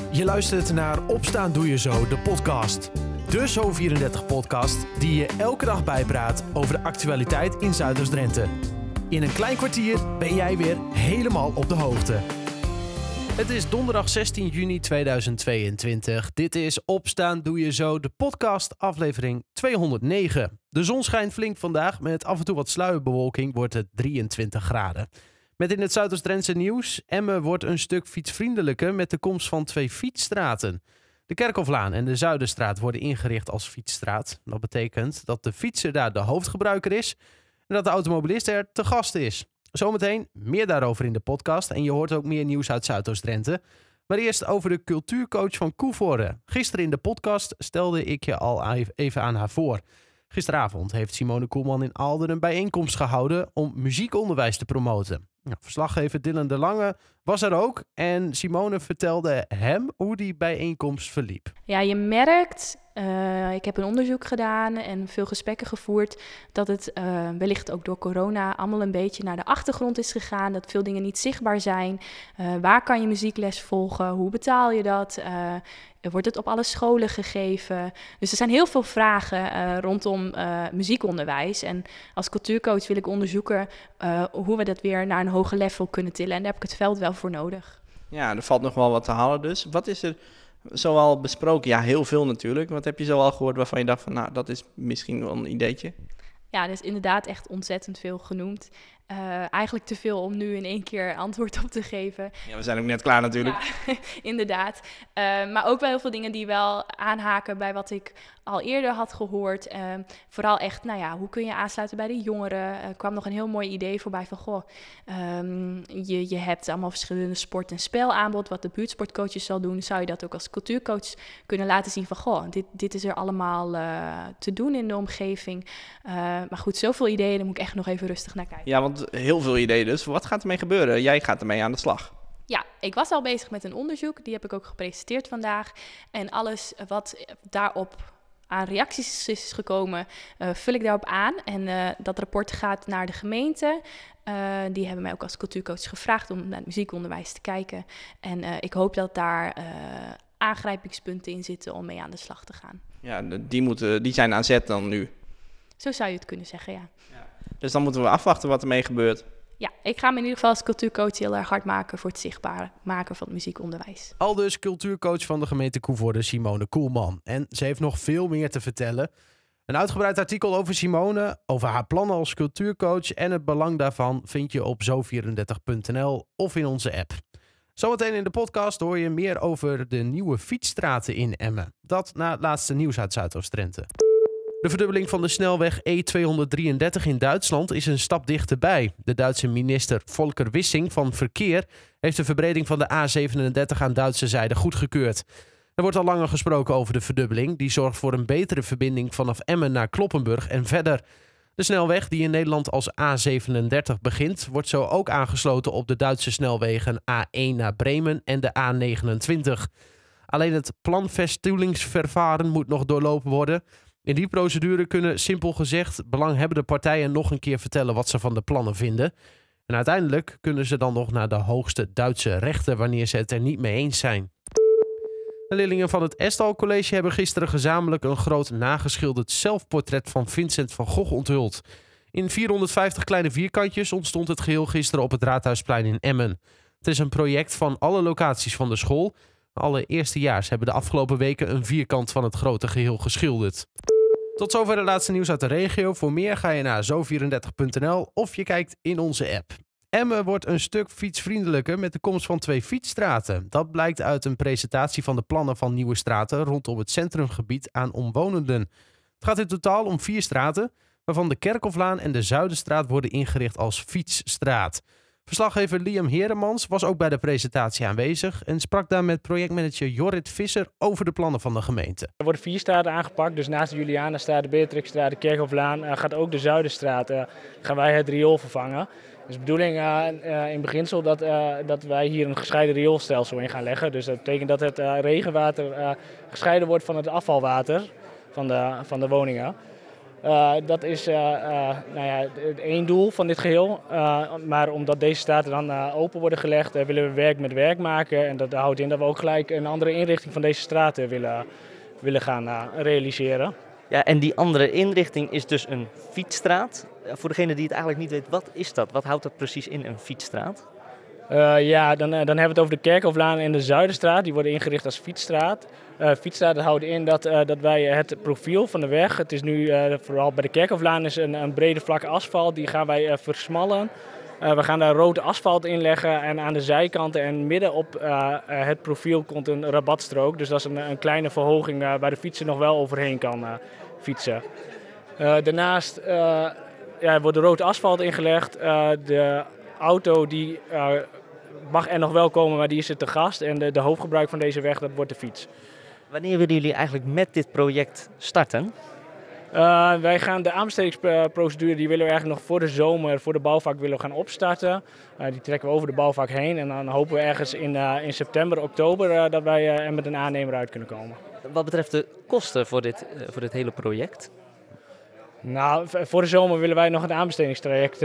Je luistert naar Opstaan Doe Je Zo, de podcast. De Zo34-podcast die je elke dag bijpraat over de actualiteit in Zuiders-Drenthe. In een klein kwartier ben jij weer helemaal op de hoogte. Het is donderdag 16 juni 2022. Dit is Opstaan Doe Je Zo, de podcast, aflevering 209. De zon schijnt flink vandaag. Met af en toe wat sluierbewolking wordt het 23 graden. Met in het Zuiders-Drentse nieuws: Emmen wordt een stuk fietsvriendelijker met de komst van 2 fietsstraten. De Kerkhoflaan en de Zuiderstraat worden ingericht als fietsstraat. Dat betekent dat de fietser daar de hoofdgebruiker is en dat de automobilist er te gast is. Zometeen meer daarover in de podcast en je hoort ook meer nieuws uit Zuidoost-Drenthe. Maar eerst over de cultuurcoach van Koevoorde. Gisteren in de podcast stelde ik je al even aan haar voor. Gisteravond heeft Simone Koelman in Aalden een bijeenkomst gehouden om muziekonderwijs te promoten. Verslaggever Dylan de Lange was er ook en Simone vertelde hem hoe die bijeenkomst verliep. Ja, je merkt, ik heb een onderzoek gedaan en veel gesprekken gevoerd, dat het wellicht ook door corona allemaal een beetje naar de achtergrond is gegaan. Dat veel dingen niet zichtbaar zijn. Waar kan je muziekles volgen? Hoe betaal je dat? Wordt het op alle scholen gegeven? Dus er zijn heel veel vragen rondom muziekonderwijs. En als cultuurcoach wil ik onderzoeken hoe we dat weer naar een hoger level kunnen tillen. En daar heb ik het veld wel voor nodig. Ja, er valt nog wel wat te halen dus. Wat is er zoal besproken? Ja, heel veel natuurlijk. Wat heb je zoal gehoord waarvan je dacht van, nou, dat is misschien wel een ideetje? Ja, er is inderdaad echt ontzettend veel genoemd. Eigenlijk te veel om nu in één keer antwoord op te geven. Ja, we zijn ook net klaar natuurlijk. Ja, inderdaad. Maar ook wel heel veel dingen die wel aanhaken bij wat ik al eerder had gehoord. Vooral echt, hoe kun je aansluiten bij de jongeren? Er kwam nog een heel mooi idee voorbij van, je hebt allemaal verschillende sport- en spelaanbod. Wat de buurtsportcoaches zal doen, zou je dat ook als cultuurcoach kunnen laten zien van, dit is er allemaal te doen in de omgeving. Maar goed, zoveel ideeën, daar moet ik echt nog even rustig naar kijken. Ja, want heel veel ideeën dus. Wat gaat ermee gebeuren? Jij gaat ermee aan de slag. Ja, ik was al bezig met een onderzoek. Die heb ik ook gepresenteerd vandaag. En alles wat daarop aan reacties is gekomen, vul ik daarop aan. En dat rapport gaat naar de gemeente. Die hebben mij ook als cultuurcoach gevraagd om naar het muziekonderwijs te kijken. En ik hoop dat daar aangrijpingspunten in zitten om mee aan de slag te gaan. Ja, die zijn aan zet dan nu. Zo zou je het kunnen zeggen, ja. Dus dan moeten we afwachten wat ermee gebeurt. Ja, ik ga me in ieder geval als cultuurcoach heel erg hard maken voor het zichtbaar maken van het muziekonderwijs. Aldus cultuurcoach van de gemeente Koevoorde, Simone Koelman. En ze heeft nog veel meer te vertellen. Een uitgebreid artikel over Simone, over haar plannen als cultuurcoach en het belang daarvan vind je op zo34.nl of in onze app. Zometeen in de podcast hoor je meer over de nieuwe fietsstraten in Emmen. Dat na het laatste nieuws uit Zuidoost-Drenthe. De verdubbeling van de snelweg E233 in Duitsland is een stap dichterbij. De Duitse minister Volker Wissing van Verkeer heeft de verbreding van de A37 aan Duitse zijde goedgekeurd. Er wordt al langer gesproken over de verdubbeling. Die zorgt voor een betere verbinding vanaf Emmen naar Kloppenburg en verder. De snelweg, die in Nederland als A37 begint, wordt zo ook aangesloten op de Duitse snelwegen A1 naar Bremen en de A29. Alleen het planveststuwingsverfahren moet nog doorlopen worden. In die procedure kunnen, simpel gezegd, belanghebbende partijen nog een keer vertellen wat ze van de plannen vinden. En uiteindelijk kunnen ze dan nog naar de hoogste Duitse rechter wanneer ze het er niet mee eens zijn. De leerlingen van het Estal College hebben gisteren gezamenlijk een groot nageschilderd zelfportret van Vincent van Gogh onthuld. In 450 kleine vierkantjes ontstond het geheel gisteren op het Raadhuisplein in Emmen. Het is een project van alle locaties van de school. Alle eerstejaars hebben de afgelopen weken een vierkant van het grote geheel geschilderd. Tot zover het laatste nieuws uit de regio. Voor meer ga je naar zo34.nl of je kijkt in onze app. Emmen wordt een stuk fietsvriendelijker met de komst van 2 fietsstraten. Dat blijkt uit een presentatie van de plannen van nieuwe straten rondom het centrumgebied aan omwonenden. Het gaat in totaal om 4 straten, waarvan de Kerkhoflaan en de Zuiderstraat worden ingericht als fietsstraat. Verslaggever Liam Heremans was ook bij de presentatie aanwezig en sprak daar met projectmanager Jorrit Visser over de plannen van de gemeente. Er worden 4 straten aangepakt, dus naast de Julianenstraat, de Beatrixstraat, de Kerkhoflaan gaat ook de Zuiderstraat, gaan wij het riool vervangen. Dus de bedoeling in beginsel dat wij hier een gescheiden rioolstelsel in gaan leggen. Dus dat betekent dat het regenwater gescheiden wordt van het afvalwater van de woningen. Dat is één doel van dit geheel. Maar omdat deze straten dan open worden gelegd, willen we werk met werk maken. En dat houdt in dat we ook gelijk een andere inrichting van deze straten willen gaan realiseren. Ja, en die andere inrichting is dus een fietsstraat. Voor degene die het eigenlijk niet weet, wat is dat? Wat houdt dat precies in, een fietsstraat? Dan hebben we het over de Kerkhoflaan en de Zuiderstraat. Die worden ingericht als fietsstraat. Fietsstraten houden in dat wij het profiel van de weg, het is nu vooral bij de Kerkhoflaan is een brede vlak asfalt, die gaan wij versmallen. We gaan daar rood asfalt in leggen en aan de zijkanten en midden op het profiel komt een rabatstrook. Dus dat is een kleine verhoging waar de fietser nog wel overheen kan fietsen. Daarnaast wordt er rood asfalt ingelegd. De auto die mag er nog wel komen, maar die is er te gast. En de hoofdgebruik van deze weg, dat wordt de fiets. Wanneer willen jullie eigenlijk met dit project starten? Wij gaan de aanbestedingsprocedure, die willen we eigenlijk nog voor de zomer, voor de bouwvak willen we gaan opstarten. Die trekken we over de bouwvak heen en dan hopen we ergens in september, oktober dat wij er met een aannemer uit kunnen komen. Wat betreft de kosten voor dit hele project? Nou, voor de zomer willen wij nog een aanbestedingstraject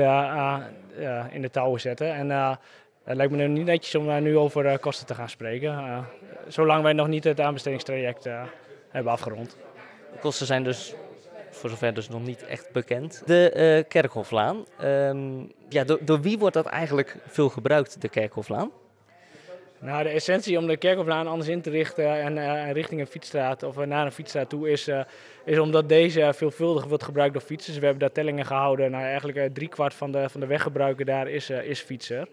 in de touwen zetten. En het lijkt me nu niet netjes om nu over kosten te gaan spreken, zolang wij nog niet het aanbestedingstraject hebben afgerond. De kosten zijn dus voor zover dus nog niet echt bekend. De Kerkhoflaan, door wie wordt dat eigenlijk veel gebruikt, de Kerkhoflaan? Nou, de essentie om de Kerkhoflaan anders in te richten en richting een fietsstraat of naar een fietsstraat toe is omdat deze veelvuldig wordt gebruikt door fietsers. We hebben daar tellingen gehouden. Nou, eigenlijk 3/4 van de weggebruiker daar is fietser.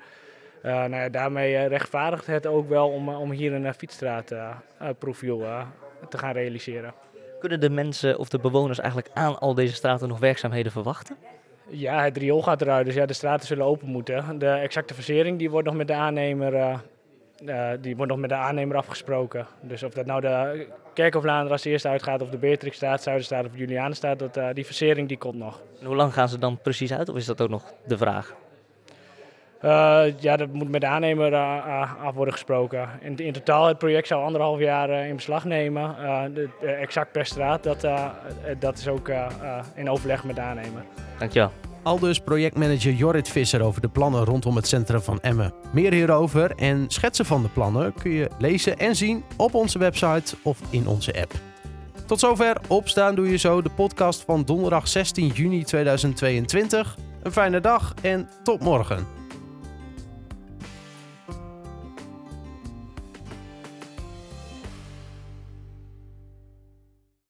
Daarmee rechtvaardigt het ook wel om hier een fietsstraatprofiel te gaan realiseren. Kunnen de mensen of de bewoners eigenlijk aan al deze straten nog werkzaamheden verwachten? Ja, het riool gaat eruit, dus de straten zullen open moeten. De exacte versering die wordt nog met de aannemer afgesproken. Dus of dat nou de Kerkhoflaan er als eerste uitgaat of de Beatrixstraat, Zuiderstraat of Julianenstraat, die versering die komt nog. En hoe lang gaan ze dan precies uit of is dat ook nog de vraag? Dat moet met de aannemer af worden gesproken. In totaal, het project zou 1,5 jaar in beslag nemen. Exact per straat, dat is ook in overleg met de aannemer. Dankjewel. Aldus projectmanager Jorrit Visser over de plannen rondom het centrum van Emmen. Meer hierover en schetsen van de plannen kun je lezen en zien op onze website of in onze app. Tot zover Opstaan Doe Je Zo, de podcast van donderdag 16 juni 2022. Een fijne dag en tot morgen.